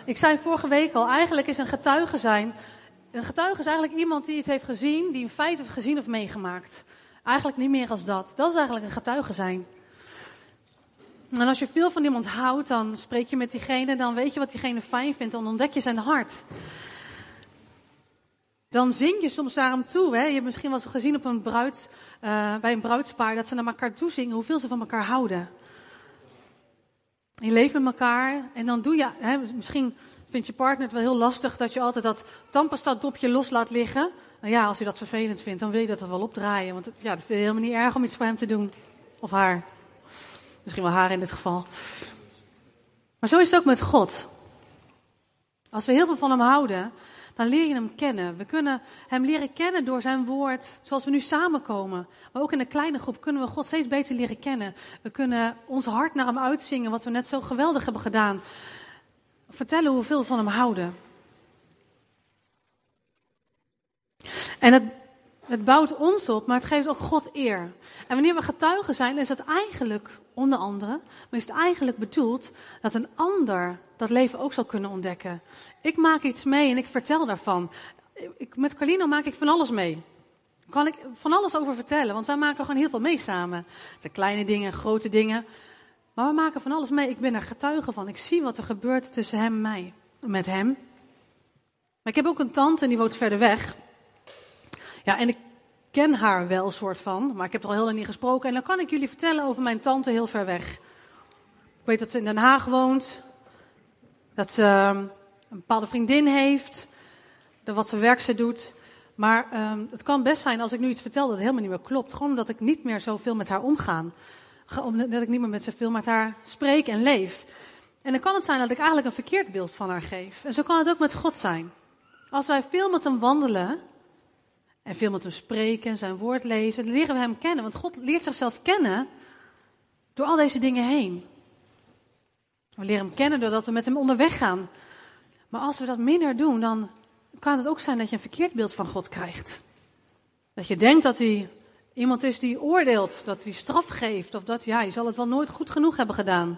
Ik zei vorige week al, eigenlijk is een getuige zijn... Een getuige is eigenlijk iemand die iets heeft gezien, die een feit heeft gezien of meegemaakt. Eigenlijk niet meer als dat. Dat is eigenlijk een getuige zijn. En als je veel van iemand houdt, dan spreek je met diegene, dan weet je wat diegene fijn vindt, dan ontdek je zijn hart. Dan zing je soms naar hem toe. Hè? Je hebt misschien wel eens gezien op een bij een bruidspaar, dat ze naar elkaar toe zingen, hoeveel ze van elkaar houden. Je leeft met elkaar en dan doe je, misschien vindt je partner het wel heel lastig dat je altijd dat tandpasta-dopje los laat liggen. Nou ja, als hij dat vervelend vindt, dan wil je dat er wel opdraaien. Want dat vind je helemaal niet erg om iets voor hem te doen. Of haar. Misschien wel haar in dit geval. Maar zo is het ook met God. Als we heel veel van hem houden, dan leer je hem kennen. We kunnen hem leren kennen door zijn woord, zoals we nu samenkomen. Maar ook in een kleine groep kunnen we God steeds beter leren kennen. We kunnen ons hart naar hem uitzingen, wat we net zo geweldig hebben gedaan. Vertellen hoeveel we van hem houden. En het bouwt ons op, maar het geeft ook God eer. En wanneer we getuigen zijn, is het eigenlijk, onder andere, maar is het eigenlijk bedoeld dat een ander dat leven ook zal kunnen ontdekken. Ik maak iets mee en ik vertel daarvan. Met Carlino maak ik van alles mee. Daar kan ik van alles over vertellen, want wij maken gewoon heel veel mee samen. Het zijn kleine dingen, grote dingen. Maar we maken van alles mee. Ik ben er getuige van. Ik zie wat er gebeurt tussen hem en mij. Met hem. Maar ik heb ook een tante en die woont verder weg. Ja, en ik ken haar wel soort van. Maar ik heb er al heel lang niet gesproken. En dan kan ik jullie vertellen over mijn tante heel ver weg. Ik weet dat ze in Den Haag woont. Dat ze een bepaalde vriendin heeft. Wat voor werk ze doet. Maar het kan best zijn als ik nu iets vertel dat het helemaal niet meer klopt. Gewoon omdat ik niet meer zoveel met haar omga. Omdat ik niet meer met zoveel met haar spreek en leef. En dan kan het zijn dat ik eigenlijk een verkeerd beeld van haar geef. En zo kan het ook met God zijn. Als wij veel met hem wandelen en veel met hem spreken, zijn woord lezen, dan leren we hem kennen. Want God leert zichzelf kennen door al deze dingen heen. We leren hem kennen doordat we met hem onderweg gaan. Maar als we dat minder doen, dan kan het ook zijn dat je een verkeerd beeld van God krijgt. Dat je denkt dat hij iemand is die oordeelt, dat hij straf geeft. Of dat, je zal het wel nooit goed genoeg hebben gedaan.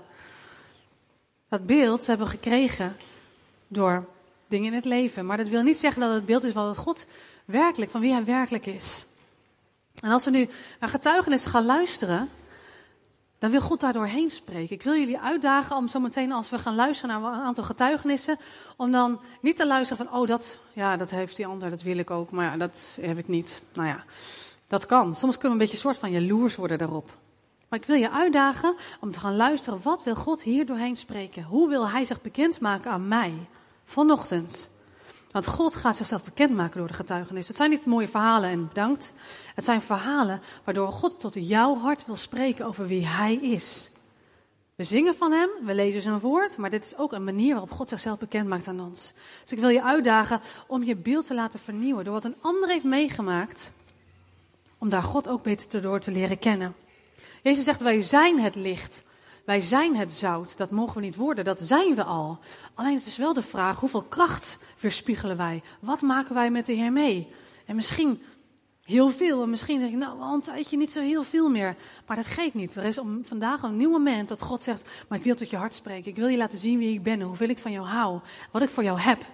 Dat beeld hebben we gekregen door dingen in het leven. Maar dat wil niet zeggen dat het beeld is van God werkelijk, van wie hij werkelijk is. En als we nu naar getuigenissen gaan luisteren, dan wil God daar doorheen spreken. Ik wil jullie uitdagen om zometeen als we gaan luisteren naar een aantal getuigenissen, om dan niet te luisteren van, dat heeft die ander, dat wil ik ook, maar dat heb ik niet. Nou ja, dat kan. Soms kunnen we een beetje soort van jaloers worden daarop. Maar ik wil je uitdagen om te gaan luisteren, wat wil God hier doorheen spreken? Hoe wil hij zich bekendmaken aan mij vanochtend? Want God gaat zichzelf bekendmaken door de getuigenis. Het zijn niet mooie verhalen en bedankt. Het zijn verhalen waardoor God tot jouw hart wil spreken over wie hij is. We zingen van hem, we lezen zijn woord, maar dit is ook een manier waarop God zichzelf bekendmaakt aan ons. Dus ik wil je uitdagen om je beeld te laten vernieuwen door wat een ander heeft meegemaakt, om daar God ook beter door te leren kennen. Jezus zegt, wij zijn het licht. Wij zijn het zout. Dat mogen we niet worden, dat zijn we al. Alleen het is wel de vraag, hoeveel kracht weerspiegelen wij? Wat maken wij met de Heer mee? En misschien heel veel. En misschien denk ik, al een tijdje niet zo heel veel meer. Maar dat geeft niet. Er is vandaag een nieuw moment dat God zegt, maar ik wil tot je hart spreken. Ik wil je laten zien wie ik ben en hoeveel ik van jou hou. Wat ik voor jou heb.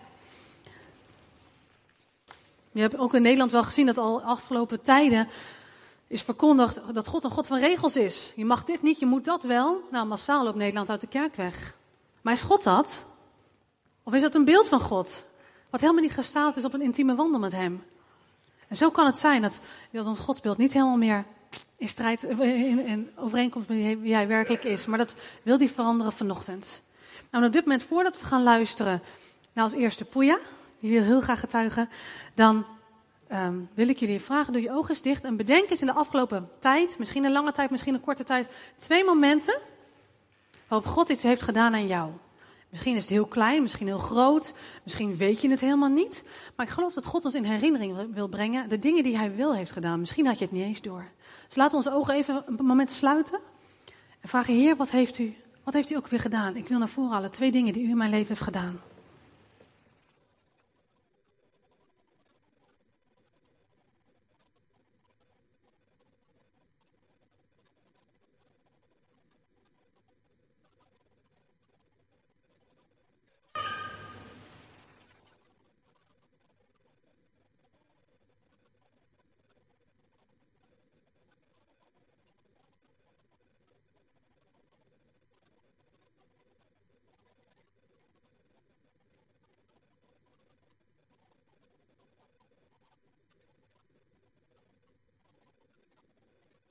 Je hebt ook in Nederland wel gezien dat al afgelopen tijden is verkondigd dat God een God van regels is. Je mag dit niet, je moet dat wel. Nou, massaal loopt Nederland uit de kerk weg. Maar is God dat? Of is dat een beeld van God? Wat helemaal niet gestaald is op een intieme wandel met hem. En zo kan het zijn dat ons godsbeeld niet helemaal meer in strijd, in overeenkomst met wie hij werkelijk is. Maar dat wil hij veranderen vanochtend. Nou, op dit moment, voordat we gaan luisteren naar als eerste Poeja, die wil heel graag getuigen, dan wil ik jullie vragen, doe je ogen eens dicht en bedenk eens in de afgelopen tijd, misschien een lange tijd, misschien een korte tijd, 2 momenten waarop God iets heeft gedaan aan jou. Misschien is het heel klein, misschien heel groot, misschien weet je het helemaal niet. Maar ik geloof dat God ons in herinnering wil brengen de dingen die hij wel heeft gedaan. Misschien had je het niet eens door. Dus laten we onze ogen even een moment sluiten en vragen, Heer, wat heeft u ook weer gedaan? Ik wil naar voren halen 2 dingen die u in mijn leven heeft gedaan.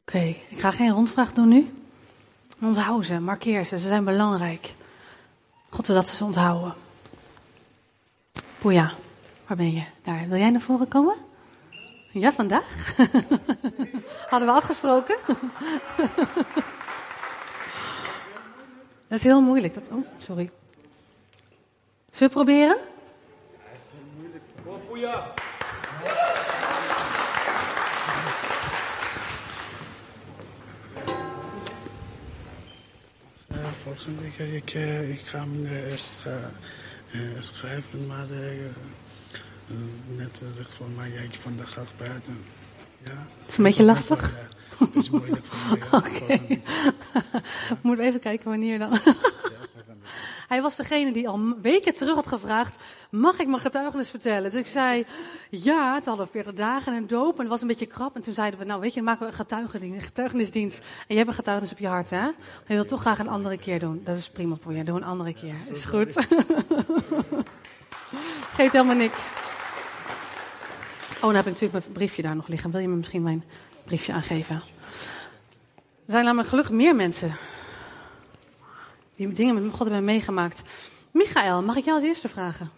Oké, ik ga geen rondvraag doen nu. Onthoud ze, markeer ze zijn belangrijk. God wil dat ze onthouden. Poeja, waar ben je? Daar, wil jij naar voren komen? Ja, vandaag? Hadden we afgesproken? Dat is heel moeilijk. Sorry. Zullen we proberen? Moeilijk. Kom, Poeja! Volgende keer, ik ga hem eerst schrijven, maar net zegt van mij, jij vandaag gaat praten. Ja? Het is een beetje lastig. Het is moeilijk voor mij. Oké. Moet even kijken wanneer dan. Hij was degene die al weken terug had gevraagd, mag ik mijn getuigenis vertellen? Dus ik zei, ja, het hadden we 40 dagen en een doop en het was een beetje krap. En toen zeiden we, nou weet je, dan maken we een getuigenisdienst. En je hebt een getuigenis op je hart, hè? Maar je wilt toch graag een andere keer doen. Dat is prima voor je, doe een andere keer. Is goed. Geeft helemaal niks. Oh, dan heb ik natuurlijk mijn briefje daar nog liggen. Wil je me misschien mijn briefje aangeven? Er zijn namelijk gelukkig meer mensen die dingen met God hebben meegemaakt. Michael, mag ik jou als eerste vragen?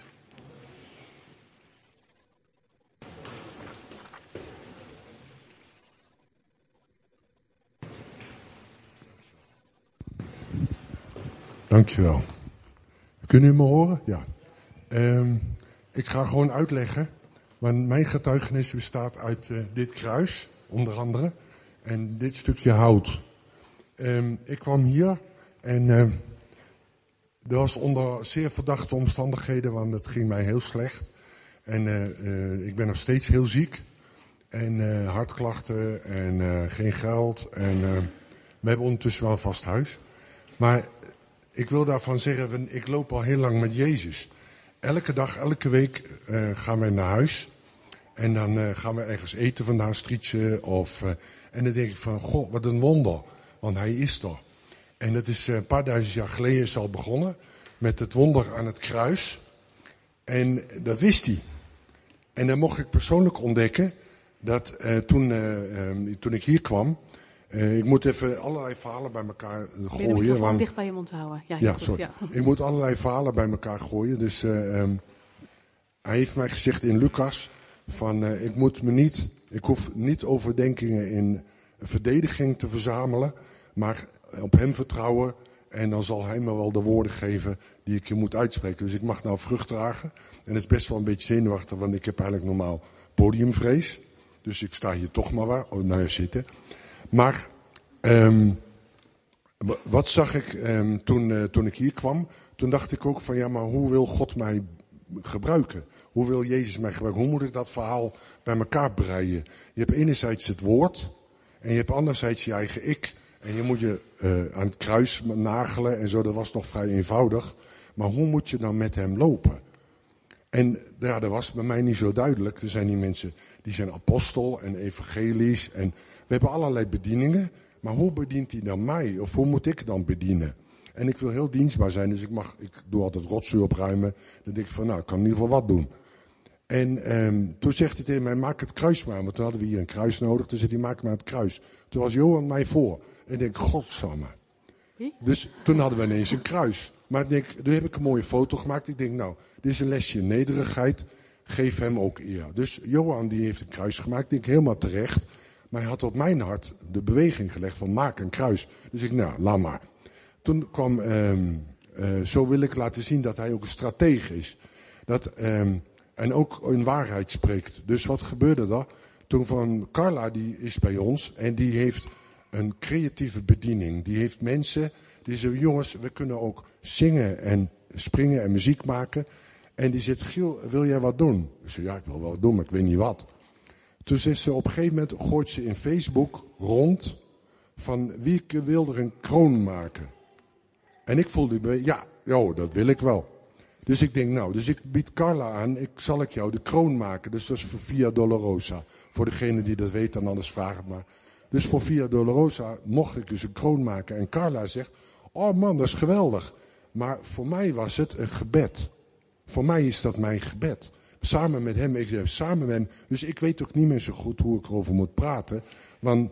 Dankjewel. Kunnen u me horen? Ja. Ik ga gewoon uitleggen. Want mijn getuigenis bestaat uit dit kruis, onder andere. En dit stukje hout. Ik kwam hier en dat was onder zeer verdachte omstandigheden, want het ging mij heel slecht. En ik ben nog steeds heel ziek. En hartklachten en geen geld. En we hebben ondertussen wel een vast huis. Maar ik wil daarvan zeggen, ik loop al heel lang met Jezus. Elke dag, elke week gaan wij naar huis. En dan gaan we ergens eten vandaan, strietsen. En dan denk ik van, goh, wat een wonder. Want hij is er. En dat is een paar duizend jaar geleden is al begonnen. Met het wonder aan het kruis. En dat wist hij. En dan mocht ik persoonlijk ontdekken dat toen ik hier kwam. Ik moet even allerlei verhalen bij elkaar gooien. Je de microfoon dicht bij je mond houden. Ja, sorry. Ja. Ik moet allerlei verhalen bij elkaar gooien. Dus hij heeft mij gezegd in Lucas van ik hoef niet overdenkingen in verdediging te verzamelen, maar op hem vertrouwen en dan zal hij me wel de woorden geven die ik je moet uitspreken. Dus ik mag nou vrucht dragen en het is best wel een beetje zenuwachtig, want ik heb eigenlijk normaal podiumvrees. Dus ik sta hier toch maar zitten. Maar wat zag ik toen ik hier kwam? Toen dacht ik ook van ja, maar hoe wil God mij gebruiken? Hoe wil Jezus mij gebruiken? Hoe moet ik dat verhaal bij elkaar breien? Je hebt enerzijds het woord en je hebt anderzijds je eigen ik. En je moet je aan het kruis nagelen en zo, dat was nog vrij eenvoudig. Maar hoe moet je dan met hem lopen? En ja, dat was bij mij niet zo duidelijk. Er zijn die mensen die zijn apostel en evangelisch en we hebben allerlei bedieningen. Maar hoe bedient hij dan mij? Of hoe moet ik dan bedienen? En ik wil heel dienstbaar zijn, dus ik doe altijd rotzooi opruimen. Dan denk ik van, nou, ik kan in ieder geval wat doen. En toen zegt hij tegen mij, maak het kruis maar. Want toen hadden we hier een kruis nodig. Toen zei hij, maak maar het kruis. Toen was Johan mij voor. En ik denk, godsamme. Dus toen hadden we ineens een kruis. Maar toen heb ik een mooie foto gemaakt. Ik denk, nou, dit is een lesje in nederigheid. Geef hem ook eer. Dus Johan die heeft een kruis gemaakt. Ik denk, helemaal terecht. Maar hij had op mijn hart de beweging gelegd van maak een kruis. Dus ik, nou, laat maar. Toen kwam, zo wil ik laten zien dat hij ook een stratege is. En ook in waarheid spreekt. Dus wat gebeurde er? Toen van Carla, die is bij ons en die heeft een creatieve bediening. Die heeft mensen, die zeggen, jongens, we kunnen ook zingen en springen en muziek maken. En die zegt, Giel, wil jij wat doen? Ik zei, ja, ik wil wel wat doen, maar ik weet niet wat. Toen is ze op een gegeven moment, gooit ze in Facebook rond van wie wil er een kroon maken. En ik voelde, ja, dat wil ik wel. Dus ik denk, nou, dus ik bied Carla aan, zal ik jou de kroon maken. Dus dat is voor Via Dolorosa. Voor degene die dat weet, dan anders vraag het maar. Dus voor Via Dolorosa mocht ik dus een kroon maken. En Carla zegt, oh man, dat is geweldig. Maar voor mij was het een gebed. Voor mij is dat mijn gebed. Samen met hem, samen met hem. Dus ik weet ook niet meer zo goed hoe ik erover moet praten. Want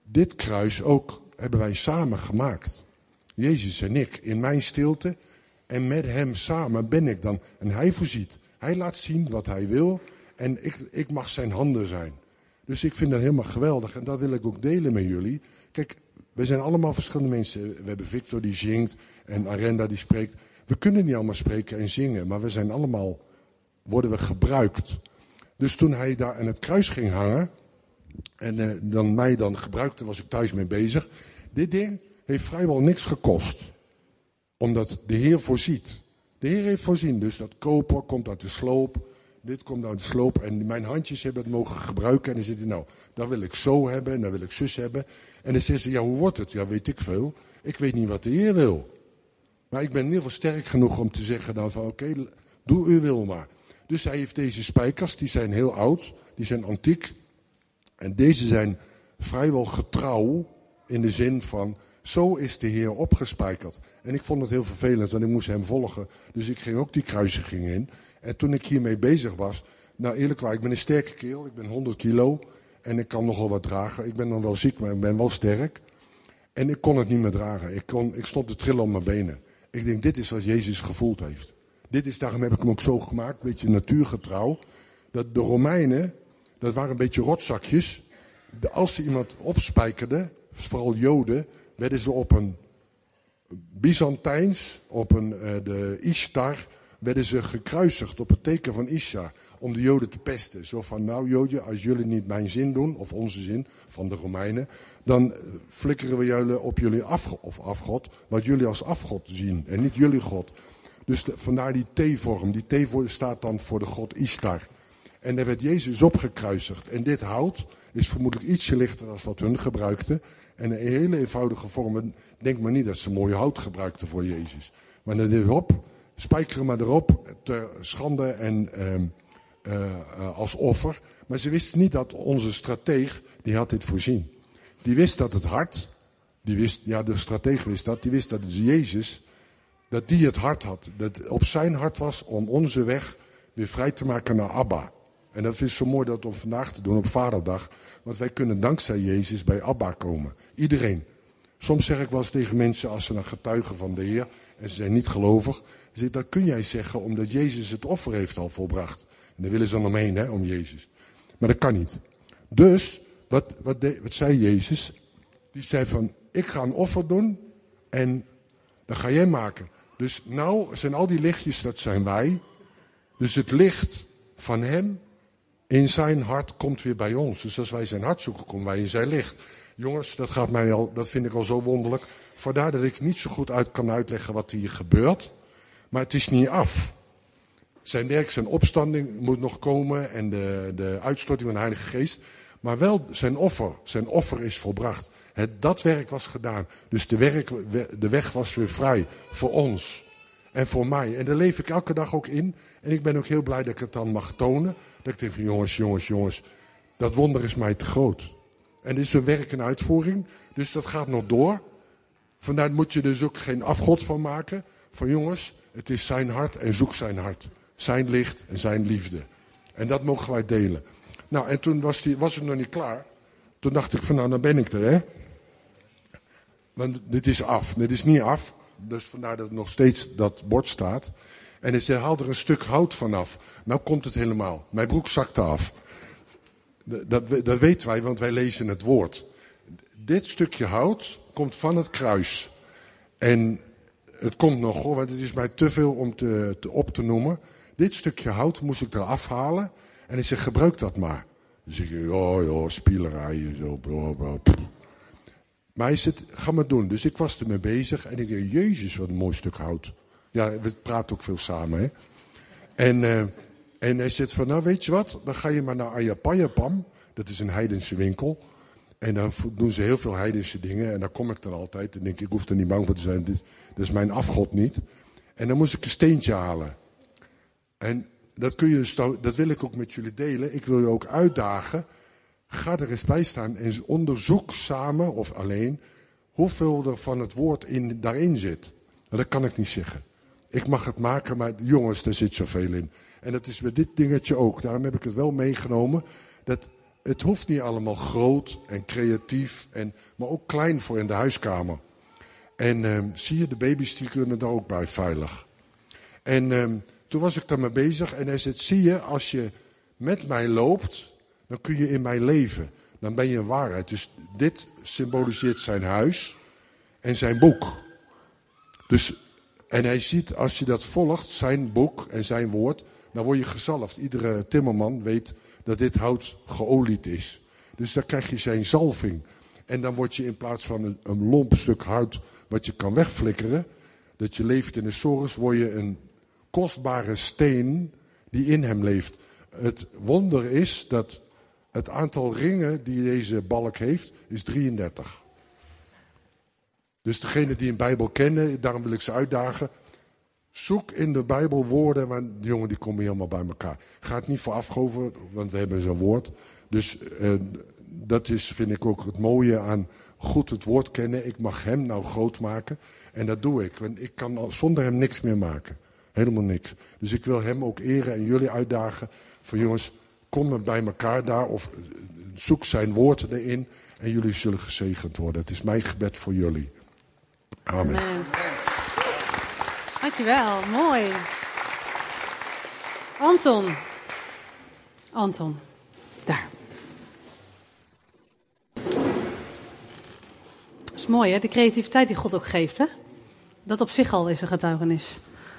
dit kruis ook hebben wij samen gemaakt. Jezus en ik, in mijn stilte. En met hem samen ben ik dan. En hij voorziet. Hij laat zien wat hij wil. En ik mag zijn handen zijn. Dus ik vind dat helemaal geweldig. En dat wil ik ook delen met jullie. Kijk, we zijn allemaal verschillende mensen. We hebben Victor die zingt. En Arenda die spreekt. We kunnen niet allemaal spreken en zingen. Maar we zijn allemaal, worden we gebruikt. Dus toen hij daar aan het kruis ging hangen. En dan mij dan gebruikte, was ik thuis mee bezig. Dit ding heeft vrijwel niks gekost. Omdat de Heer voorziet. De Heer heeft voorzien. Dus dat koper komt uit de sloop. Dit komt uit de sloop. En mijn handjes hebben het mogen gebruiken. En dan zit hij, nou, dat wil ik zo hebben. En dat wil ik zus hebben. En dan zegt ze, ja, hoe wordt het? Ja, weet ik veel. Ik weet niet wat de Heer wil. Maar ik ben in ieder geval sterk genoeg om te zeggen dan van, oké, doe uw wil maar. Dus hij heeft deze spijkers. Die zijn heel oud. Die zijn antiek. En deze zijn vrijwel getrouw. In de zin van, zo is de Heer opgespijkerd. En ik vond het heel vervelend, want ik moest hem volgen. Dus ik ging ook die kruisiging in. En toen ik hiermee bezig was, nou eerlijk waar, ik ben een sterke kerel. Ik ben 100 kilo en ik kan nogal wat dragen. Ik ben dan wel ziek, maar ik ben wel sterk. En ik kon het niet meer dragen. Ik stond te trillen op mijn benen. Ik denk, dit is wat Jezus gevoeld heeft. Daarom heb ik hem ook zo gemaakt, een beetje natuurgetrouw. Dat de Romeinen, dat waren een beetje rotzakjes. Als ze iemand opspijkerden, vooral Joden, werden ze op een Byzantijns, op de Ishtar, werden ze gekruisigd op het teken van Ishtar. Om de Joden te pesten. Zo van, nou Joden, als jullie niet mijn zin doen, of onze zin, van de Romeinen, dan flikkeren we jullie op jullie afgod, wat jullie als afgod zien. En niet jullie God. Dus vandaar die T-vorm. Die T-vorm staat dan voor de god Ishtar. En daar werd Jezus opgekruisigd. En dit hout is vermoedelijk ietsje lichter dan wat hun gebruikten. En een hele eenvoudige vorm. Denk maar niet dat ze mooi hout gebruikten voor Jezus. Maar dan erop, spijkeren maar erop, ter schande en als offer. Maar ze wisten niet dat onze strateeg, die had dit voorzien. Die wist dat het hart, de strateeg wist dat, die wist dat het Jezus, dat die het hart had. Dat het op zijn hart was om onze weg weer vrij te maken naar Abba. En dat is zo mooi dat om vandaag te doen op Vaderdag. Want wij kunnen dankzij Jezus bij Abba komen. Iedereen. Soms zeg ik wel eens tegen mensen als ze dan getuigen van de Heer. En ze zijn niet gelovig. Dat kun jij zeggen omdat Jezus het offer heeft al volbracht. En daar willen ze dan omheen, om Jezus. Maar dat kan niet. Dus, wat zei Jezus? Die zei van, ik ga een offer doen. En dat ga jij maken. Dus nou zijn al die lichtjes, dat zijn wij. Dus het licht van hem in zijn hart komt weer bij ons. Dus als wij zijn hart zoeken, komen wij in zijn licht. Jongens, dat vind ik al zo wonderlijk. Vandaar dat ik niet zo goed kan uitleggen wat hier gebeurt. Maar het is niet af. Zijn werk, zijn opstanding moet nog komen. En de uitstorting van de Heilige Geest. Maar wel zijn offer. Zijn offer is volbracht. Dat werk was gedaan. Dus de weg was weer vrij. Voor ons. En voor mij. En daar leef ik elke dag ook in. En ik ben ook heel blij dat ik het dan mag tonen. Dat ik denk van jongens. Dat wonder is mij te groot. En dit is een werk en uitvoering. Dus dat gaat nog door. Vandaar moet je dus ook geen afgod van maken. Van jongens, het is zijn hart en zoek zijn hart. Zijn licht en zijn liefde. En dat mogen wij delen. Nou, en toen was het nog niet klaar. Toen dacht ik van nou ben ik er, hè. Want dit is af. Dit is niet af. Dus vandaar dat nog steeds dat bord staat. En hij zei, haal er een stuk hout vanaf. Nou komt het helemaal. Mijn broek zakte af. Dat weten wij, want wij lezen het woord. Dit stukje hout komt van het kruis. En het komt nog, hoor, want het is mij te veel om op te noemen. Dit stukje hout moest ik eraf halen. En hij zegt, gebruik dat maar. Dan zeg je, spielerij. Zo, maar hij zegt, ga maar doen. Dus ik was ermee bezig. En ik dacht, Jezus, wat een mooi stuk hout. Ja, we praten ook veel samen, hè. En hij zegt van, nou weet je wat, dan ga je maar naar Ayapayapam. Dat is een heidense winkel. En daar doen ze heel veel heidense dingen. En daar kom ik dan altijd. En denk ik hoef er niet bang voor te zijn. Dat is mijn afgod niet. En dan moest ik een steentje halen. En dat wil ik ook met jullie delen. Ik wil je ook uitdagen. Ga er eens bij staan en onderzoek samen of alleen hoeveel er van het woord daarin zit. Nou, dat kan ik niet zeggen. Ik mag het maken, maar jongens, daar zit zoveel in. En dat is met dit dingetje ook. Daarom heb ik het wel meegenomen. Dat het hoeft niet allemaal groot en creatief, maar ook klein voor in de huiskamer. En zie je, de baby's die kunnen daar ook bij veilig. En toen was ik daarmee bezig en hij zei, zie je, als je met mij loopt, dan kun je in mij leven. Dan ben je een waarheid. Dus dit symboliseert zijn huis en zijn boek. Dus, en hij ziet, als je dat volgt, zijn boek en zijn woord, dan word je gezalfd. Iedere timmerman weet dat dit hout geolied is. Dus dan krijg je zijn zalving. En dan word je in plaats van een lomp stuk hout wat je kan wegflikkeren, dat je leeft in een sores, word je een kostbare steen die in hem leeft. Het wonder is dat het aantal ringen die deze balk heeft, is 33. Dus degene die een Bijbel kennen, daarom wil ik ze uitdagen. Zoek in de Bijbel woorden, want die jongen die komen helemaal bij elkaar. Ga het niet voor afgoven, want we hebben zo'n woord. Dus dat is, vind ik ook het mooie aan goed het woord kennen. Ik mag hem nou groot maken. En dat doe ik, want ik kan zonder hem niks meer maken. Helemaal niks. Dus ik wil hem ook eren en jullie uitdagen. Van jongens, kom bij elkaar daar of zoek zijn woord erin. En jullie zullen gezegend worden. Het is mijn gebed voor jullie. Amen. Amen. Dankjewel, mooi. Anton, daar. Dat is mooi, hè? De creativiteit die God ook geeft, hè? Dat op zich al is een getuigenis.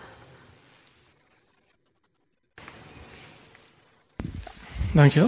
Dankjewel.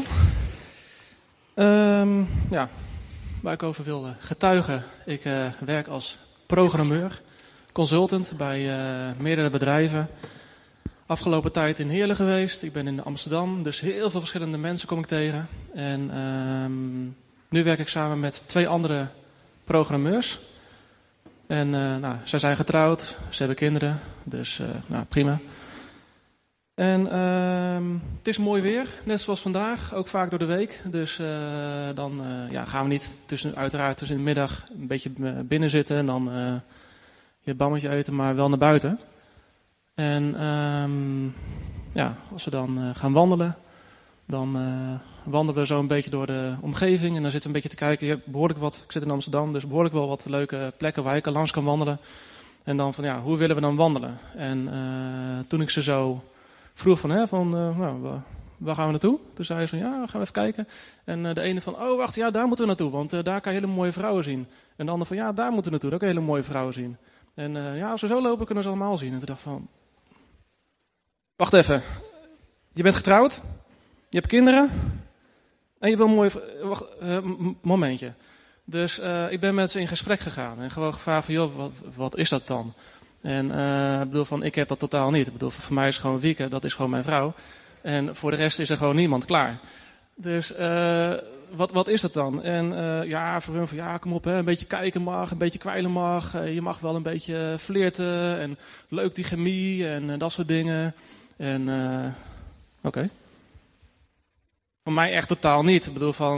Ja, waar ik over wil getuigen. Ik werk als programmeur, consultant bij meerdere bedrijven. Afgelopen tijd in Heerlen geweest. Ik ben in Amsterdam, dus heel veel verschillende mensen kom ik tegen. En nu werk ik samen met 2 andere programmeurs. En zij zijn getrouwd, ze hebben kinderen, dus prima. En het is mooi weer, net zoals vandaag, ook vaak door de week. Dus dan gaan we niet uiteraard tussen de middag een beetje binnen zitten en dan je bammetje eten, maar wel naar buiten. En als we dan gaan wandelen, dan wandelen we zo een beetje door de omgeving. En dan zitten we een beetje te kijken, je hebt behoorlijk wat, ik zit in Amsterdam, dus behoorlijk wel wat leuke plekken waar ik langs kan wandelen. En dan van, hoe willen we dan wandelen? En toen ik ze zo vroeg waar gaan we naartoe? Toen zei ze van, gaan we even kijken. En de ene van, wacht, daar moeten we naartoe, want daar kan je hele mooie vrouwen zien. En de ander van, daar moeten we naartoe, daar kan je hele mooie vrouwen zien. En als we zo lopen, kunnen we ze allemaal zien. En toen dacht ik van, wacht even, je bent getrouwd, je hebt kinderen en je wil een mooie... momentje. Dus ik ben met ze in gesprek gegaan en gewoon gevraagd van, joh, wat is dat dan? En ik heb dat totaal niet. Voor mij is gewoon Wieke, dat is gewoon mijn vrouw. En voor de rest is er gewoon niemand klaar. Dus wat is dat dan? En voor hun van, kom op, hè, een beetje kijken mag, een beetje kwijlen mag. Je mag wel een beetje flirten en leuk die chemie en dat soort dingen. En oké. Voor mij echt totaal niet.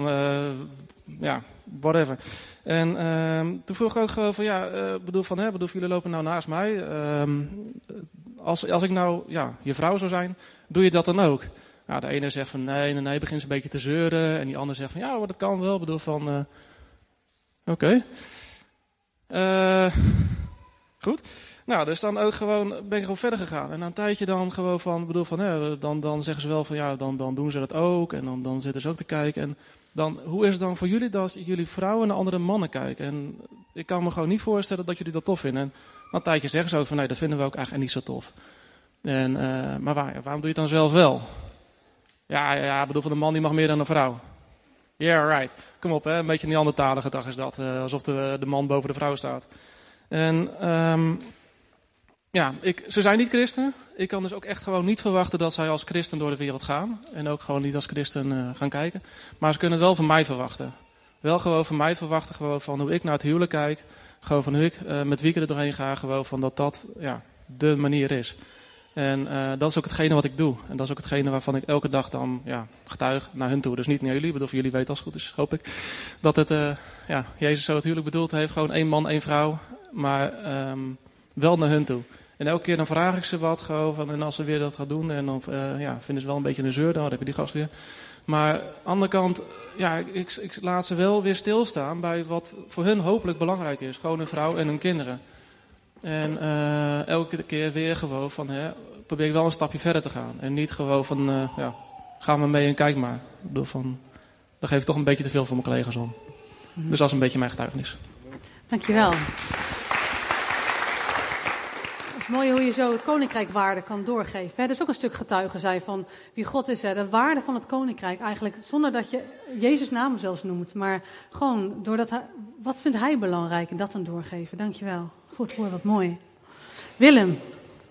Whatever. En toen vroeg ik ook gewoon van, jullie lopen nou naast mij. Als ik nou je vrouw zou zijn, doe je dat dan ook? Nou, de ene zegt van nee, begint ze een beetje te zeuren. En die ander zegt van dat kan wel. Oké. Goed. Nou, dus dan ook ben ik gewoon verder gegaan. En na een tijdje dan gewoon dan zeggen ze wel van dan doen ze dat ook. En dan zitten ze ook te kijken. En dan, hoe is het dan voor jullie dat jullie vrouwen naar andere mannen kijken? En ik kan me gewoon niet voorstellen dat jullie dat tof vinden. En na een tijdje zeggen ze ook van nee, dat vinden we ook eigenlijk niet zo tof. En, maar waarom doe je het dan zelf wel? Van een man die mag meer dan een vrouw. Yeah, right. Kom op, hè? Een beetje Neandertalige dag is dat. Alsof de man boven de vrouw staat. En ze zijn niet christen. Ik kan dus ook echt gewoon niet verwachten dat zij als christen door de wereld gaan. En ook gewoon niet als christen gaan kijken. Maar ze kunnen het wel van mij verwachten. Wel gewoon van mij verwachten gewoon van hoe ik naar het huwelijk kijk. Gewoon van hoe ik met Wieke er doorheen ga. Gewoon van dat de manier is. En dat is ook hetgene wat ik doe. En dat is ook hetgene waarvan ik elke dag dan getuig naar hun toe. Dus niet naar jullie, voor jullie weten als het goed is, hoop ik. Dat het, Jezus zo het huwelijk bedoeld heeft. Gewoon 1 man, 1 vrouw. Maar wel naar hun toe. En elke keer dan vraag ik ze wat gewoon van, en als ze weer dat gaan doen. En dan vinden ze wel een beetje een zeur. Dan heb je die gast weer. Maar aan de andere kant, ja, ik laat ze wel weer stilstaan bij wat voor hun hopelijk belangrijk is. Gewoon hun vrouw en hun kinderen. En elke keer weer gewoon van, probeer ik wel een stapje verder te gaan. En niet gewoon van, ga maar mee en kijk maar. Ik bedoel van, dan geef ik toch een beetje te veel voor mijn collega's om. Dus dat is een beetje mijn getuigenis. Dankjewel. Het is mooi hoe je zo het koninkrijk waarde kan doorgeven. Hè? Dat is ook een stuk getuigen zijn van wie God is. Hè? De waarde van het koninkrijk eigenlijk, zonder dat je Jezus' naam zelfs noemt. Maar gewoon doordat wat vindt hij belangrijk en dat dan doorgeven. Dankjewel. Goed voor, wat mooi. Willem.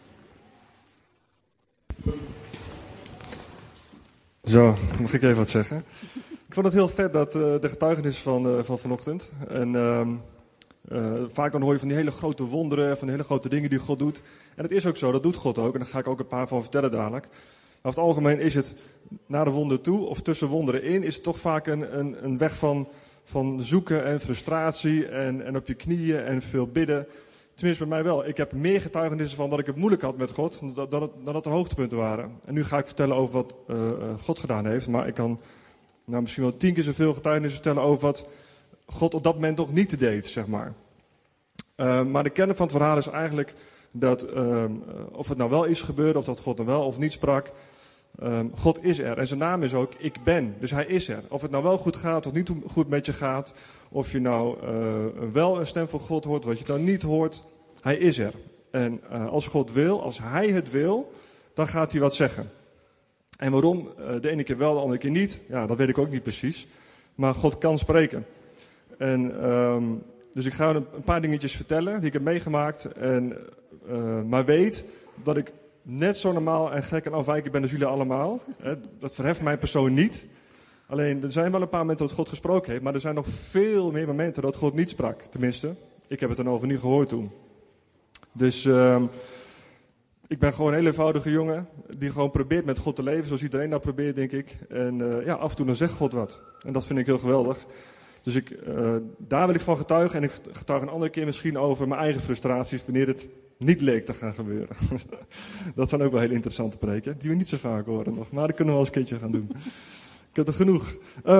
Zo, mag ik even wat zeggen? Ik vond het heel vet dat de getuigenis van vanochtend. En vaak dan hoor je van die hele grote wonderen, van die hele grote dingen die God doet. En het is ook zo, dat doet God ook. En daar ga ik ook een paar van vertellen dadelijk. Maar over het algemeen is het naar de wonder toe, of tussen wonderen in, is het toch vaak een weg van zoeken en frustratie en op je knieën en veel bidden. Tenminste bij mij wel. Ik heb meer getuigenissen van dat ik het moeilijk had met God, dan dat er hoogtepunten waren. En nu ga ik vertellen over wat God gedaan heeft. Maar ik kan misschien wel 10 keer zoveel getuigenissen vertellen over wat God op dat moment nog niet deed, zeg maar. Maar de kern van het verhaal is eigenlijk dat of het nou wel is gebeurd, of dat God nou wel of niet sprak. God is er. En zijn naam is ook Ik Ben. Dus hij is er. Of het nou wel goed gaat of niet goed met je gaat. Of je nou wel een stem van God hoort, wat je dan niet hoort. Hij is er. En als God wil, als hij het wil, dan gaat hij wat zeggen. En waarom de ene keer wel, de andere keer niet, ja, dat weet ik ook niet precies. Maar God kan spreken. En dus ik ga een paar dingetjes vertellen die ik heb meegemaakt. Maar weet dat ik net zo normaal en gek en afwijkend ben als jullie allemaal. Dat verheft mijn persoon niet. Alleen, er zijn wel een paar momenten dat God gesproken heeft. Maar er zijn nog veel meer momenten dat God niet sprak. Tenminste, ik heb het dan over niet gehoord toen. Dus ik ben gewoon een heel eenvoudige jongen. Die gewoon probeert met God te leven. Zoals iedereen dat probeert, denk ik. En af en toe dan zegt God wat. En dat vind ik heel geweldig. Dus daar wil ik van getuigen. En ik getuig een andere keer misschien over mijn eigen frustraties. Wanneer het niet leek te gaan gebeuren. Dat zijn ook wel hele interessante preken. Die we niet zo vaak horen nog. Maar dat kunnen we wel eens een keertje gaan doen. Ik heb er genoeg.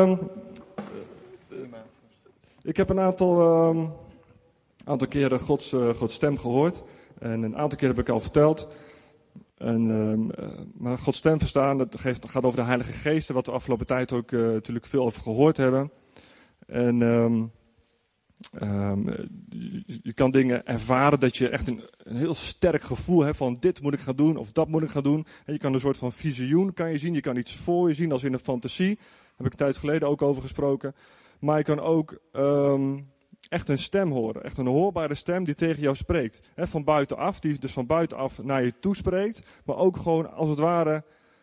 Ik heb een aantal keren Gods stem gehoord. En een aantal keer heb ik al verteld. Maar Gods stem verstaan, dat gaat over de Heilige Geest. Wat we de afgelopen tijd ook natuurlijk veel over gehoord hebben. En je kan dingen ervaren dat je echt een heel sterk gevoel hebt van dit moet ik gaan doen of dat moet ik gaan doen. En je kan een soort van visioen kan je zien. Je kan iets voor je zien als in een fantasie. Daar heb ik een tijd geleden ook over gesproken. Maar je kan ook echt een stem horen. Echt een hoorbare stem die tegen jou spreekt. He, van buitenaf, die dus van buitenaf naar je toespreekt. Maar ook gewoon als het ware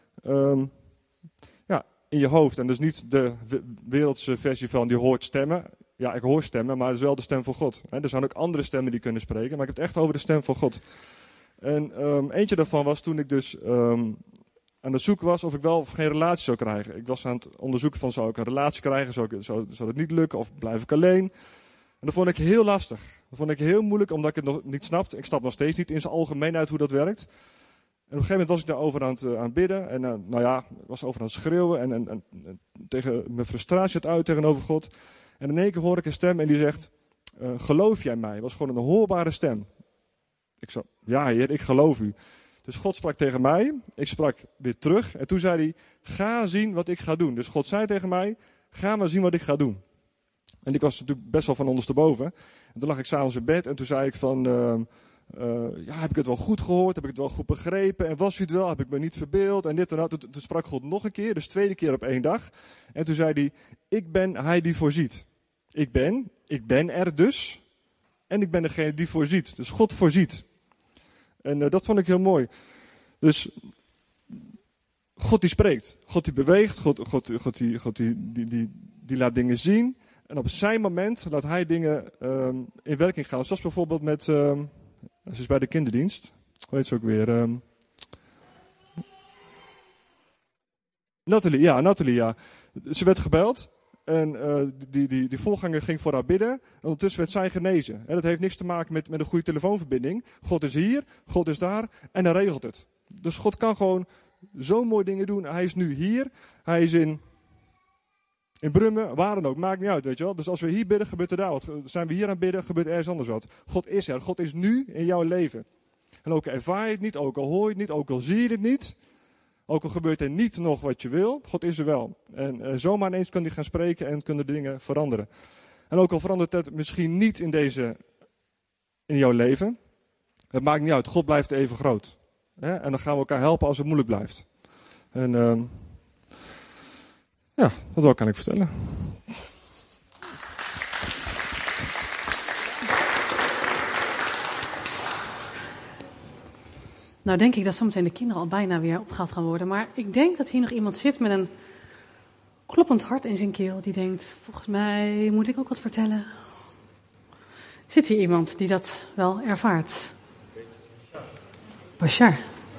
in je hoofd. En dus niet de wereldse versie van die hoort stemmen. Ja, ik hoor stemmen, maar het is wel de stem van God. Er zijn ook andere stemmen die kunnen spreken, maar ik heb het echt over de stem van God. En eentje daarvan was toen ik dus aan het zoeken was of ik wel of geen relatie zou krijgen. Ik was aan het onderzoeken van, zou ik een relatie krijgen, zou het niet lukken of blijf ik alleen? En dat vond ik heel lastig. Dat vond ik heel moeilijk, omdat ik het nog niet snapte. Ik snap nog steeds niet in zijn algemeenheid hoe dat werkt. En op een gegeven moment was ik daarover aan het bidden. En was over aan het schreeuwen en tegen mijn frustratie het uit tegenover God. En in één keer hoor ik een stem en die zegt, geloof jij mij? Het was gewoon een hoorbare stem. Ik zei, ja Heer, ik geloof u. Dus God sprak tegen mij, ik sprak weer terug. En toen zei hij, ga zien wat ik ga doen. Dus God zei tegen mij, ga maar zien wat ik ga doen. En ik was natuurlijk best wel van ondersteboven. En toen lag ik 's avonds in bed en toen zei ik van, heb ik het wel goed gehoord? Heb ik het wel goed begrepen? En was u het wel? Heb ik me niet verbeeld? En dit en dat. Toen sprak God nog een keer, dus 2e keer op 1 dag. En toen zei hij, ik ben hij die voorziet. Ik ben er dus. En ik ben degene die voorziet. Dus God voorziet. En dat vond ik heel mooi. Dus God die spreekt. God die beweegt. God die laat dingen zien. En op zijn moment laat hij dingen in werking gaan. Zoals bijvoorbeeld met, ze is bij de kinderdienst. Hoe heet ze ook weer? Nathalie, ja. Ze werd gebeld. En die voorganger ging voor haar bidden. En ondertussen werd zij genezen. En dat heeft niks te maken met een goede telefoonverbinding. God is hier, God is daar en hij regelt het. Dus God kan gewoon zo mooi dingen doen. Hij is nu hier. Hij is in In Brummen, waar dan ook, maakt niet uit, weet je wel. Dus als we hier bidden, gebeurt er daar wat. Zijn we hier aan het bidden, gebeurt ergens anders wat. God is er, God is nu in jouw leven. En ook al ervaar je het niet, ook al hoor je het niet, ook al zie je het niet. Ook al gebeurt er niet nog wat je wil, God is er wel. En zomaar ineens kan hij gaan spreken en kunnen de dingen veranderen. En ook al verandert het misschien niet in jouw leven. Het maakt niet uit, God blijft even groot. En dan gaan we elkaar helpen als het moeilijk blijft. En dat kan ik vertellen. Nou denk ik dat zometeen de kinderen al bijna weer opgehaald gaan worden. Maar ik denk dat hier nog iemand zit met een kloppend hart in zijn keel. Die denkt, volgens mij moet ik ook wat vertellen. Zit hier iemand die dat wel ervaart? Bashar.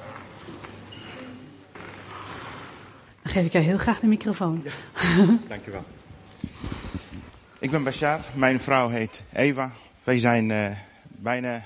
Dan geef ik jou heel graag de microfoon. Ja, dankjewel. Ik ben Bashar, mijn vrouw heet Eva. Wij zijn bijna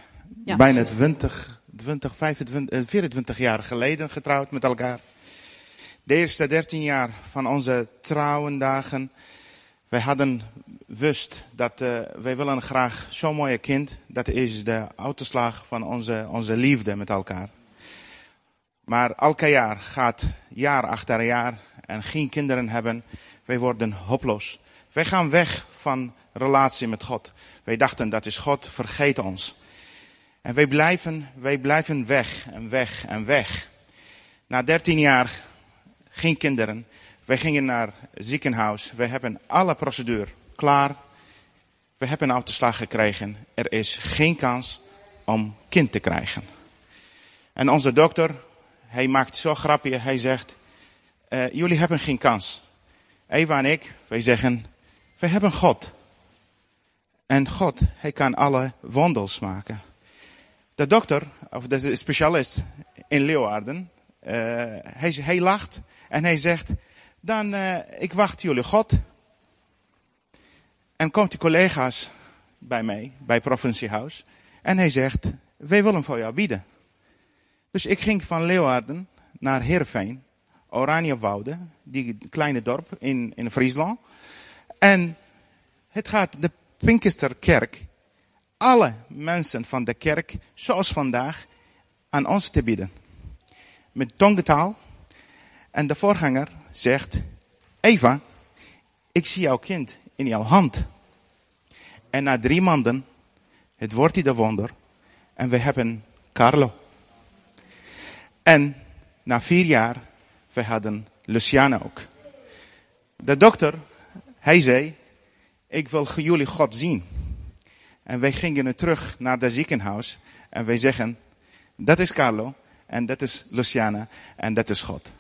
24 jaar geleden getrouwd met elkaar. De eerste 13 jaar van onze trouwendagen, wij hadden wist dat wij willen graag zo'n mooie kind. Dat is de uitslag van onze liefde met elkaar. Maar elke jaar gaat jaar achter jaar en geen kinderen hebben. Wij worden hopeloos. Wij gaan weg van relatie met God. Wij dachten dat is God, vergeet ons. En wij blijven weg en weg en weg. Na 13 jaar geen kinderen. Wij gingen naar het ziekenhuis. We hebben alle procedure klaar. We hebben een uitslag gekregen. Er is geen kans om kind te krijgen. En onze dokter, hij maakt zo'n grapje. Hij zegt, jullie hebben geen kans. Eva en ik, wij zeggen, wij hebben God. En God, hij kan alle wonders maken. De dokter, of de specialist in Leeuwarden, hij lacht en hij zegt, dan ik wacht jullie God. En komt die collega's bij mij, bij het provinciehuis, en hij zegt, wij willen voor jou bieden. Dus ik ging van Leeuwarden naar Heerenveen, Oranjewoud, die kleine dorp in Friesland. En het gaat de Pinksterkerk, alle mensen van de kerk, zoals vandaag, aan ons te bieden. Met tongentaal. En de voorganger zegt, Eva, ik zie jouw kind in jouw hand. En na 3 maanden, het wordt hij de wonder. En we hebben Carlo. En na 4 jaar, we hadden Luciana ook. De dokter, hij zei, ik wil jullie God zien. En wij gingen terug naar het ziekenhuis. En wij zeggen, dat is Carlo. En dat is Luciana. En dat is God.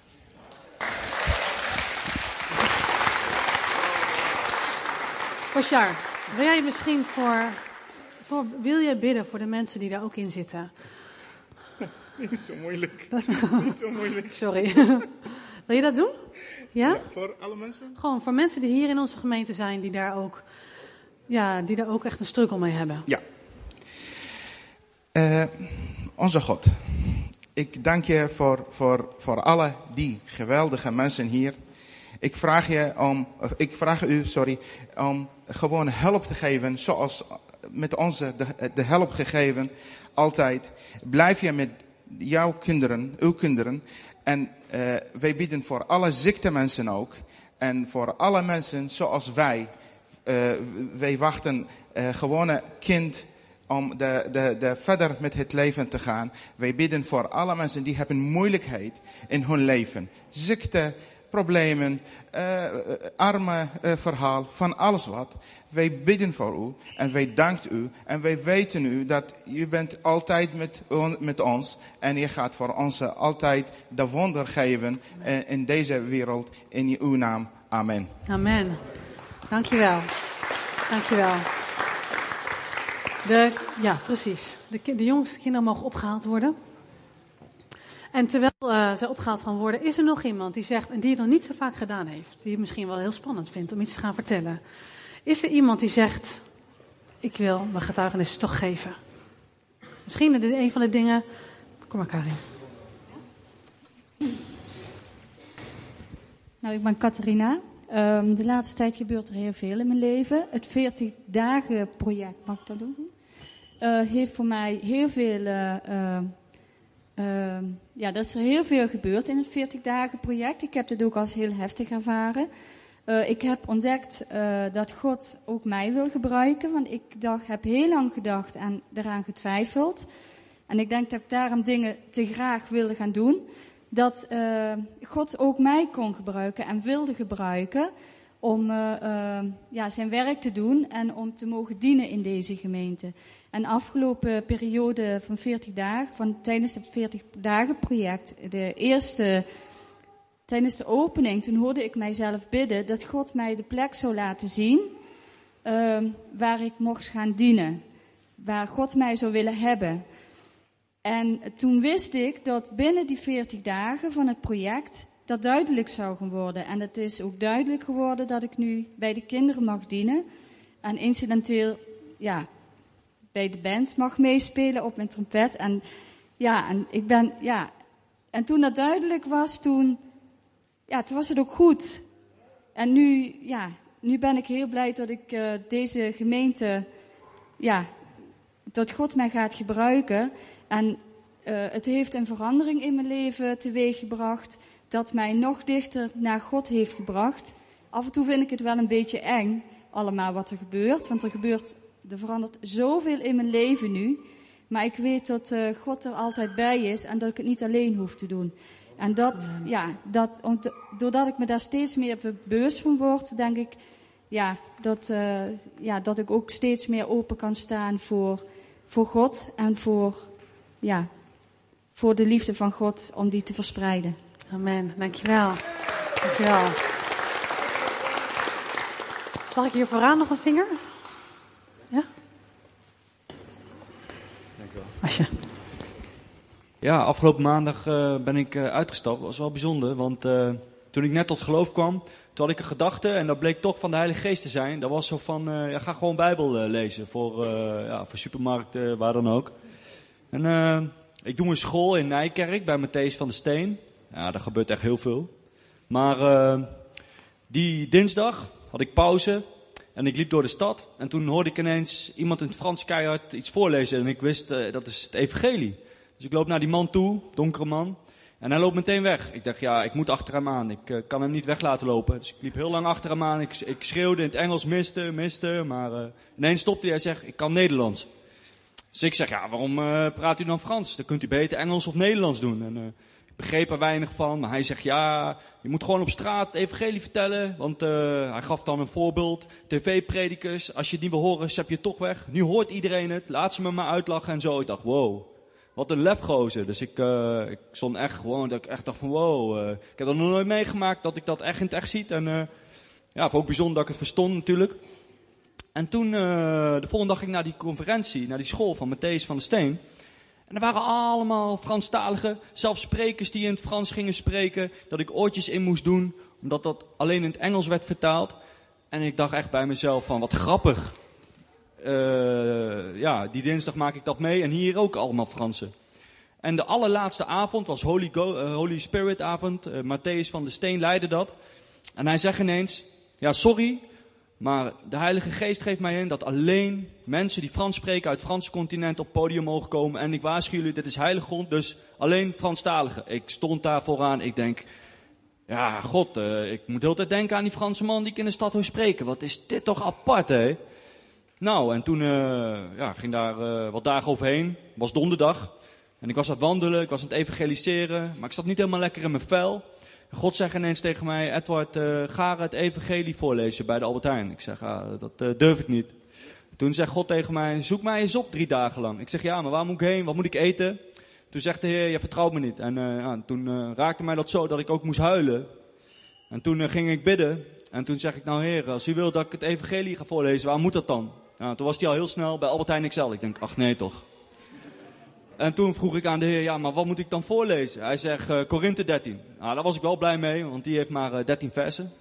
Bashar, wil jij misschien wil jij bidden voor de mensen die daar ook in zitten? Niet zo moeilijk. Dat is Niet zo moeilijk. Sorry. Wil je dat doen? Ja? Voor alle mensen? Gewoon voor mensen die hier in onze gemeente zijn, die daar ook echt een struggle mee hebben. Ja. Onze God. Ik dank je voor alle die geweldige mensen hier. Ik vraag u om gewoon hulp te geven, zoals met ons de hulp gegeven, altijd. Blijf je met uw kinderen. En wij bidden voor alle ziekte mensen ook. En voor alle mensen zoals wij. Wij wachten gewone kind om verder met het leven te gaan. Wij bidden voor alle mensen die hebben moeilijkheid in hun leven. Ziekte, problemen, arme verhaal, van alles wat. Wij bidden voor u en wij danken u. En wij weten u dat u bent altijd met ons. En je gaat voor ons altijd de wonder geven in deze wereld. In uw naam. Amen. Amen. Dankjewel. Dankjewel. Ja, precies. De jongste kinderen mogen opgehaald worden. En terwijl ze opgehaald gaan worden, is er nog iemand die zegt, en die het nog niet zo vaak gedaan heeft, die het misschien wel heel spannend vindt om iets te gaan vertellen. Is er iemand die zegt, ik wil mijn getuigenis toch geven? Misschien een van de dingen. Kom maar, Karin. Nou, ik ben Catharina. De laatste tijd gebeurt er heel veel in mijn leven. Het 40 dagen project, mag ik dat doen? Heeft voor mij heel veel... er is er heel veel gebeurd in het 40 dagen project. Ik heb dit ook als heel heftig ervaren. Ik heb ontdekt dat God ook mij wil gebruiken. Want ik heb heel lang gedacht en eraan getwijfeld. En ik denk dat ik daarom dingen te graag wilde gaan doen. Dat God ook mij kon gebruiken en wilde gebruiken om zijn werk te doen en om te mogen dienen in deze gemeente. En afgelopen periode van 40 dagen, tijdens het 40 dagen project, tijdens de opening, toen hoorde ik mijzelf bidden dat God mij de plek zou laten zien waar ik mocht gaan dienen. Waar God mij zou willen hebben. En toen wist ik dat binnen die 40 dagen van het project dat duidelijk zou gaan worden. En het is ook duidelijk geworden dat ik nu bij de kinderen mag dienen. En incidenteel, bij de band mag meespelen op mijn trompet. En toen dat duidelijk was, toen was het ook goed. En nu ben ik heel blij dat ik deze gemeente, dat God mij gaat gebruiken. En het heeft een verandering in mijn leven teweeggebracht, dat mij nog dichter naar God heeft gebracht. Af en toe vind ik het wel een beetje eng, allemaal wat er gebeurt. Want er verandert zoveel in mijn leven nu. Maar ik weet dat God er altijd bij is en dat ik het niet alleen hoef te doen. En doordat ik me daar steeds meer bewust van word, denk ik dat ik ook steeds meer open kan staan voor God en voor de liefde van God om die te verspreiden. Amen, dankjewel. Dankjewel. Zal ik hier vooraan nog een vinger? Ja? Dankjewel. Asje. Ja, afgelopen maandag ben ik uitgestapt. Dat was wel bijzonder, want toen ik net tot geloof kwam, toen had ik een gedachte en dat bleek toch van de Heilige Geest te zijn. Dat was zo van, ga gewoon Bijbel lezen voor supermarkten, waar dan ook. En ik doe een school in Nijkerk bij Matthäus van de Steen. Ja, daar gebeurt echt heel veel. Maar die dinsdag had ik pauze en ik liep door de stad. En toen hoorde ik ineens iemand in het Frans keihard iets voorlezen. En ik wist, dat is het evangelie. Dus ik loop naar die man toe, donkere man. En hij loopt meteen weg. Ik dacht, ik moet achter hem aan. Ik kan hem niet weg laten lopen. Dus ik liep heel lang achter hem aan. Ik schreeuwde in het Engels, mister. Maar ineens stopte hij en zegt, ik kan Nederlands. Dus ik zeg, waarom praat u dan Frans? Dan kunt u beter Engels of Nederlands doen. En ik begreep er weinig van. Maar hij zegt, je moet gewoon op straat het evangelie vertellen. Want hij gaf dan een voorbeeld. TV-predikers, als je het niet wil horen, zap je het toch weg. Nu hoort iedereen het. Laat ze me maar uitlachen en zo. Ik dacht, wow. Wat een lefgozer. Dus ik stond echt gewoon, dat ik echt dacht van wow. Ik heb dat nog nooit meegemaakt dat ik dat echt in het echt ziet. En vond ook bijzonder dat ik het verstond natuurlijk. En toen, de volgende dag ging ik naar die conferentie, naar die school van Matthäus van de Steen. En er waren allemaal Franstaligen, zelfs sprekers die in het Frans gingen spreken. Dat ik oortjes in moest doen, omdat dat alleen in het Engels werd vertaald. En ik dacht echt bij mezelf van, wat grappig. Die dinsdag maak ik dat mee en hier ook allemaal Fransen. En de allerlaatste avond was Holy Spirit avond. Matthäus van de Steen leidde dat. En hij zegt ineens, sorry, maar de Heilige Geest geeft mij in dat alleen mensen die Frans spreken uit het Franse continent op het podium mogen komen. En ik waarschuw jullie, dit is heilige grond, dus alleen Franstaligen. Ik stond daar vooraan, ik denk, God, ik moet de hele tijd denken aan die Franse man die ik in de stad hoor spreken. Wat is dit toch apart, hè? Nou, en toen ging daar wat dagen overheen. Het was donderdag. En ik was aan het wandelen, ik was aan het evangeliseren. Maar ik zat niet helemaal lekker in mijn vel. En God zegt ineens tegen mij, Edward, ga het evangelie voorlezen bij de Albert Heijn. Ik zeg, dat durf ik niet. Toen zegt God tegen mij, zoek mij eens op 3 dagen lang. Ik zeg, maar waar moet ik heen? Wat moet ik eten? Toen zegt de Heer, je vertrouwt me niet. En toen raakte mij dat zo dat ik ook moest huilen. En toen ging ik bidden. En toen zeg ik, Heer, als u wil dat ik het evangelie ga voorlezen, waar moet dat dan? Toen was hij al heel snel bij Albert Heijn XL. Ik denk, ach nee toch. En toen vroeg ik aan de Heer, maar wat moet ik dan voorlezen? Hij zegt, Korinthe 13. Daar was ik wel blij mee, want die heeft maar 13 versen.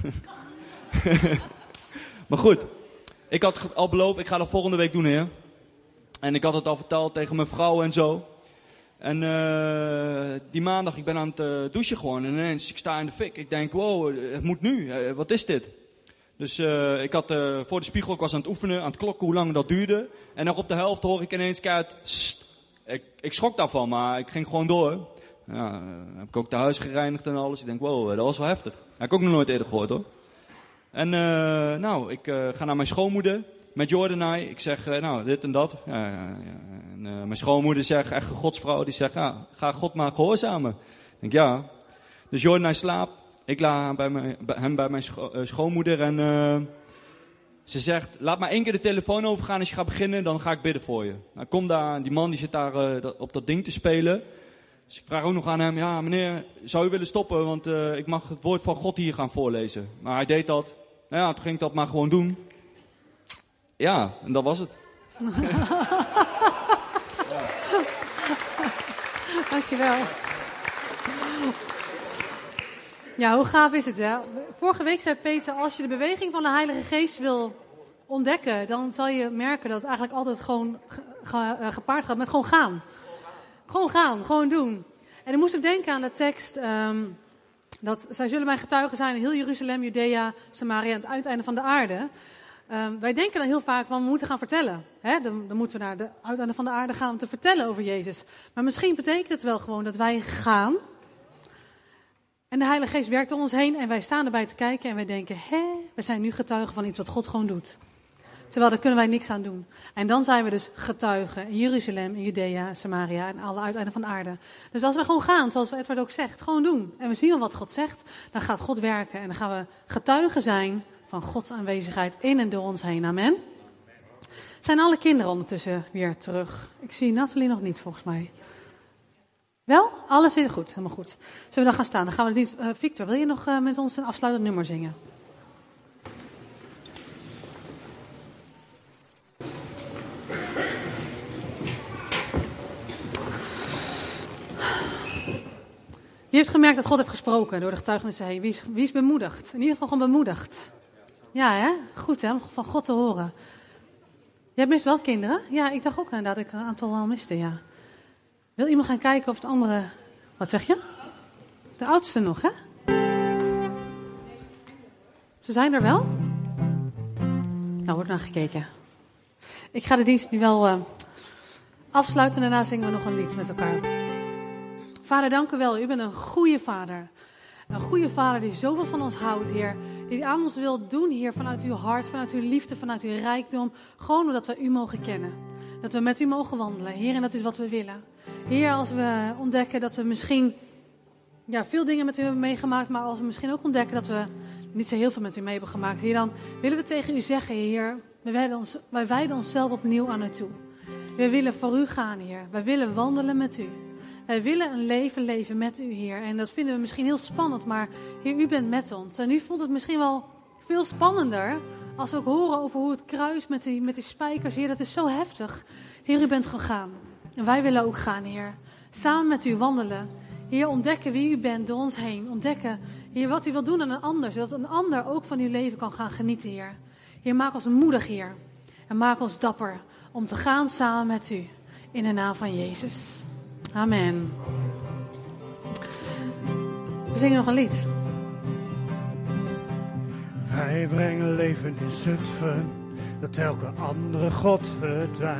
Maar goed, ik had al beloofd, ik ga dat volgende week doen, Heer. En ik had het al verteld tegen mijn vrouw en zo. En die maandag, ik ben aan het douchen gewoon. En ineens, ik sta in de fik. Ik denk, wow, het moet nu. Wat is dit? Dus ik had voor de spiegel, ik was aan het oefenen, aan het klokken hoe lang dat duurde. En nog op de helft hoor ik ineens keihard, ik schrok daarvan, maar ik ging gewoon door. Ja, heb ik ook de huis gereinigd en alles. Ik denk, wow, dat was wel heftig. Heb ik ook nog nooit eerder gehoord, hoor. En ik ga naar mijn schoonmoeder met Jordanai. Ik zeg, dit en dat. En mijn schoonmoeder zegt, echt een godsvrouw, die zegt, ga God maar gehoorzamen. Ik denk, ja. Dus Jordanai slaapt. Ik la hem bij mijn schoonmoeder en ze zegt, laat maar 1 keer de telefoon overgaan als je gaat beginnen, dan ga ik bidden voor je. Nou, kom daar, die man die zit daar op dat ding te spelen. Dus ik vraag ook nog aan hem, ja meneer, zou u willen stoppen, want ik mag het woord van God hier gaan voorlezen. Maar hij deed dat. Nou ja, toen ging ik dat maar gewoon doen. Ja, en dat was het. Dankjewel. Ja, hoe gaaf is het, hè? Vorige week zei Peter, als je de beweging van de Heilige Geest wil ontdekken, dan zal je merken dat het eigenlijk altijd gewoon gepaard gaat met gewoon gaan. Gewoon gaan, gewoon doen. En dan moest ik denken aan de tekst, dat zij zullen mijn getuigen zijn in heel Jeruzalem, Judea, Samaria en het uiteinde van de aarde. Wij denken dan heel vaak van we moeten gaan vertellen. Hè? Dan moeten we naar het uiteinde van de aarde gaan om te vertellen over Jezus. Maar misschien betekent het wel gewoon dat wij gaan. En de Heilige Geest werkt om ons heen en wij staan erbij te kijken en wij denken, we zijn nu getuigen van iets wat God gewoon doet. Terwijl daar kunnen wij niks aan doen. En dan zijn we dus getuigen in Jeruzalem, in Judea, Samaria en alle uiteinden van de aarde. Dus als we gewoon gaan, zoals Edward ook zegt, gewoon doen. En we zien wel wat God zegt, dan gaat God werken. En dan gaan we getuigen zijn van Gods aanwezigheid in en door ons heen. Amen. Zijn alle kinderen ondertussen weer terug? Ik zie Nathalie nog niet volgens mij. Wel? Alles is goed, helemaal goed. Zullen we dan gaan staan? Dan gaan we de dienst. Victor, wil je nog met ons een afsluitend nummer zingen? Wie heeft gemerkt dat God heeft gesproken door de getuigenissen heen? Wie is bemoedigd? In ieder geval gewoon bemoedigd. Ja, hè? Goed, hè? Om van God te horen. Jij mist wel kinderen? Ja, ik dacht ook inderdaad dat ik een aantal wel miste, ja. Wil iemand gaan kijken of het andere... Wat zeg je? De oudste nog, hè? Ze zijn er wel? Nou, wordt naar gekeken. Ik ga de dienst nu wel afsluiten en daarna zingen we nog een lied met elkaar. Vader, dank u wel. U bent een goede vader. Een goede vader die zoveel van ons houdt, Heer. Die aan ons wil doen, Heer, vanuit uw hart, vanuit uw liefde, vanuit uw rijkdom. Gewoon omdat we u mogen kennen. Dat we met u mogen wandelen. Heer, en dat is wat we willen. Heer, als we ontdekken dat we misschien veel dingen met u hebben meegemaakt, maar als we misschien ook ontdekken dat we niet zo heel veel met u mee hebben gemaakt, Heer, dan willen we tegen u zeggen, Heer, wij wijden onszelf opnieuw aan u toe. We willen voor u gaan, Heer. Wij willen wandelen met u. Wij willen een leven leven met u, Heer. En dat vinden we misschien heel spannend, maar Heer, u bent met ons. En u vond het misschien wel veel spannender als we ook horen over hoe het kruis met die spijkers, Heer, dat is zo heftig. Heer, u bent gegaan. En wij willen ook gaan, Heer. Samen met u wandelen. Heer, ontdekken wie u bent door ons heen. Ontdekken, Heer, wat u wilt doen aan een ander. Zodat een ander ook van uw leven kan gaan genieten, Heer. Heer, maak ons moedig, Heer. En maak ons dapper om te gaan samen met u. In de naam van Jezus. Amen. We zingen nog een lied. Wij brengen leven in Zutphen, dat elke andere God verdwijnt.